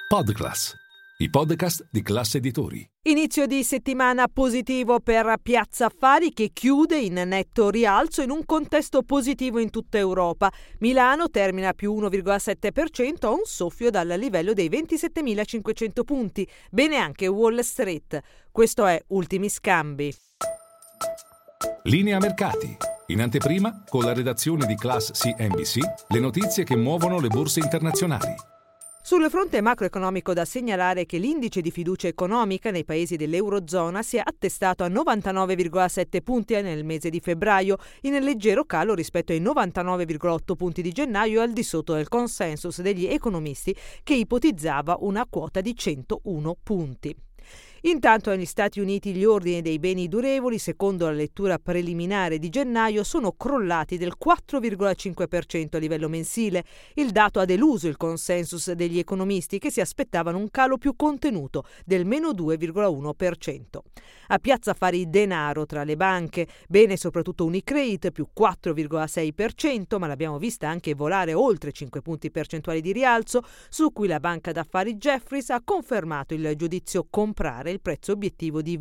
Podclass, i podcast di Class Editori. Inizio di settimana positivo per Piazza Affari, che chiude in netto rialzo in un contesto positivo in tutta Europa. Milano termina più 1,7% a un soffio dal livello dei 27.500 punti. Bene anche Wall Street. Questo è Ultimi Scambi. Linea mercati. In anteprima, con la redazione di Class CNBC, le notizie che muovono le borse internazionali. Sul fronte macroeconomico, da segnalare che l'indice di fiducia economica nei paesi dell'Eurozona si è attestato a 99,7 punti nel mese di febbraio, in leggero calo rispetto ai 99,8 punti di gennaio, al di sotto del consensus degli economisti che ipotizzava una quota di 101 punti. Intanto negli Stati Uniti gli ordini dei beni durevoli, secondo la lettura preliminare di gennaio, sono crollati del 4,5% a livello mensile. Il dato ha deluso il consensus degli economisti, che si aspettavano un calo più contenuto del meno 2,1%. A Piazza Affari denaro tra le banche, bene soprattutto Unicredit più 4,6%, ma l'abbiamo vista anche volare oltre 5 punti percentuali di rialzo, su cui la banca d'affari Jefferies ha confermato il giudizio comprare il prezzo obiettivo di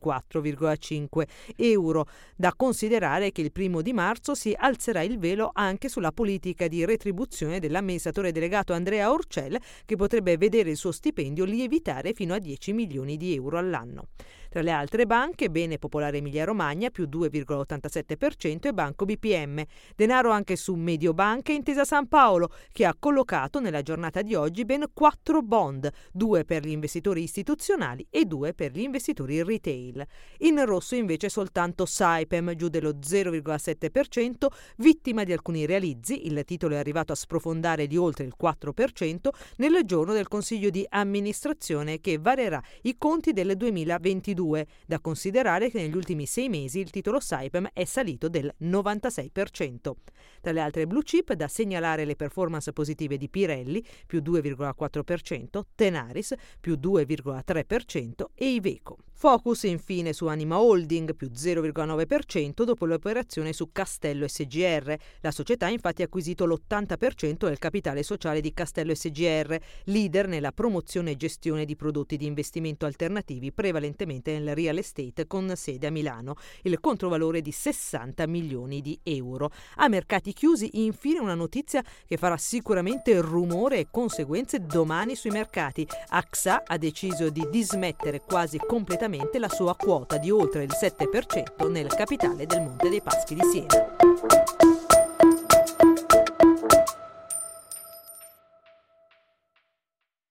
24,5 euro. Da considerare che il 1 di marzo si alzerà il velo anche sulla politica di retribuzione dell'amministratore delegato Andrea Orcel, che potrebbe vedere il suo stipendio lievitare fino a 10 milioni di euro all'anno. Tra le altre banche, bene Popolare Emilia Romagna più 2,87% e Banco BPM. Denaro anche su Mediobanca e Intesa Sanpaolo, che ha collocato nella giornata di oggi ben 4 bond, 2 per gli investitori istituzionali e 2 per gli investitori retail. In rosso invece soltanto Saipem, giù dello 0,7%, vittima di alcuni realizzi. Il titolo è arrivato a sprofondare di oltre il 4% nel giorno del Consiglio di amministrazione, che varerà i conti del 2022. Da considerare che negli ultimi 6 mesi il titolo Saipem è salito del 96%. Tra le altre blue chip, da segnalare le performance positive di Pirelli più 2,4%, Tenaris più 2,3% e Iveco. Focus infine su Anima Holding più 0,9% dopo l'operazione su Castello SGR. La società ha infatti acquisito l'80% del capitale sociale di Castello SGR, leader nella promozione e gestione di prodotti di investimento alternativi prevalentemente nel real estate, con sede a Milano. Il controvalore di 60 milioni di euro. A mercati chiusi infine una notizia che farà sicuramente rumore e conseguenze domani sui mercati. AXA ha deciso di dismettere quasi completamente la sua quota di oltre il 7% nel capitale del Monte dei Paschi di Siena.